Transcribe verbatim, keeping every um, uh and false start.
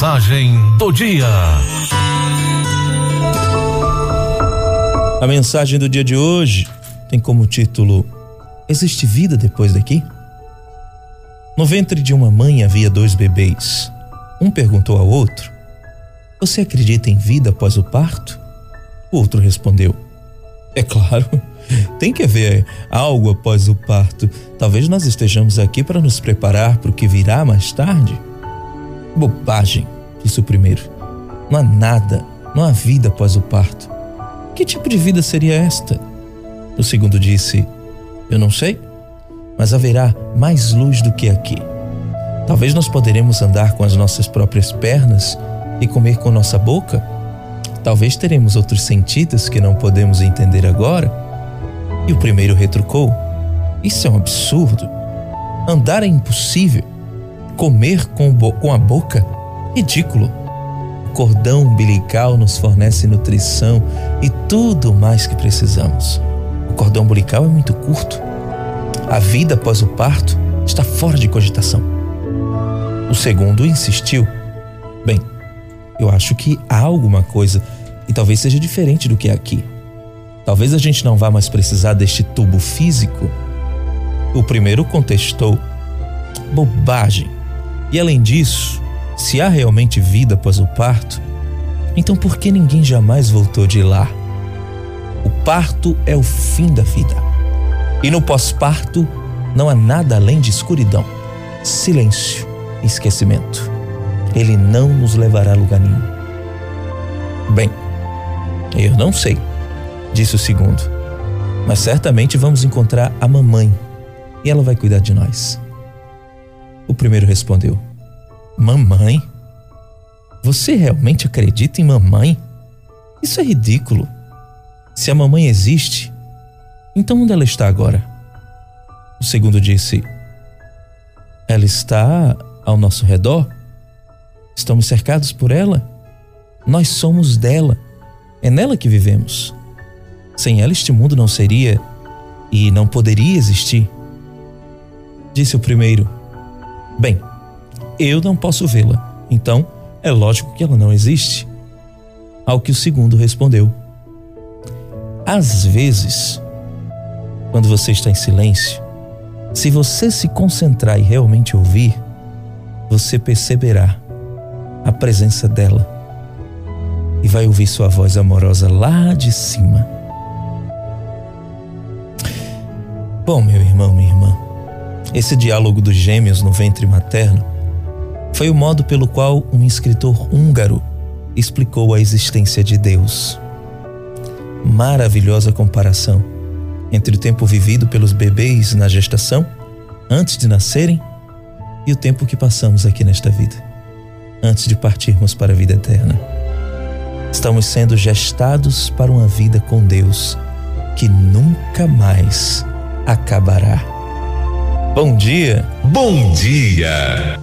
Mensagem do dia. A mensagem do dia de hoje tem como título: Existe vida depois daqui? No ventre de uma mãe havia dois bebês. Um perguntou ao outro: Você acredita em vida após o parto? O outro respondeu: É claro, tem que haver algo após o parto. Talvez nós estejamos aqui para nos preparar para o que virá mais tarde. Bobagem, disse o primeiro. Não há nada, não há vida após o parto. Que tipo de vida seria esta? O segundo disse: Eu não sei, mas haverá mais luz do que aqui. Talvez nós poderemos andar com as nossas próprias pernas e comer com nossa boca. Talvez teremos outros sentidos que não podemos entender agora. E o primeiro retrucou: Isso é um absurdo. Andar é impossível. Comer com, com a boca? Ridículo. O cordão umbilical nos fornece nutrição e tudo mais que precisamos. O cordão umbilical é muito curto. A vida após o parto está fora de cogitação. O segundo insistiu: Bem, eu acho que há alguma coisa e talvez seja diferente do que é aqui. Talvez a gente não vá mais precisar deste tubo físico. O primeiro contestou: Bobagem. E além disso, se há realmente vida após o parto, então por que ninguém jamais voltou de lá? O parto é o fim da vida. E no pós-parto não há nada além de escuridão, silêncio e esquecimento. Ele não nos levará a lugar nenhum. Bem, eu não sei, disse o segundo, mas certamente vamos encontrar a mamãe e ela vai cuidar de nós. O primeiro respondeu: Mamãe? Você realmente acredita em mamãe? Isso é ridículo. Se a mamãe existe, então onde ela está agora? O segundo disse: Ela está ao nosso redor. Estamos cercados por ela. Nós somos dela. É nela que vivemos. Sem ela este mundo não seria e não poderia existir. Disse o primeiro: Bem, eu não posso vê-la, então é lógico que ela não existe. Ao que o segundo respondeu: Às vezes, quando você está em silêncio, se você se concentrar e realmente ouvir, você perceberá a presença dela e vai ouvir sua voz amorosa lá de cima. Bom, meu irmão, minha irmã, esse diálogo dos gêmeos no ventre materno foi o modo pelo qual um escritor húngaro explicou a existência de Deus. Maravilhosa comparação entre o tempo vivido pelos bebês na gestação, antes de nascerem, e o tempo que passamos aqui nesta vida, antes de partirmos para a vida eterna. Estamos sendo gestados para uma vida com Deus que nunca mais acabará. Bom dia! Bom dia!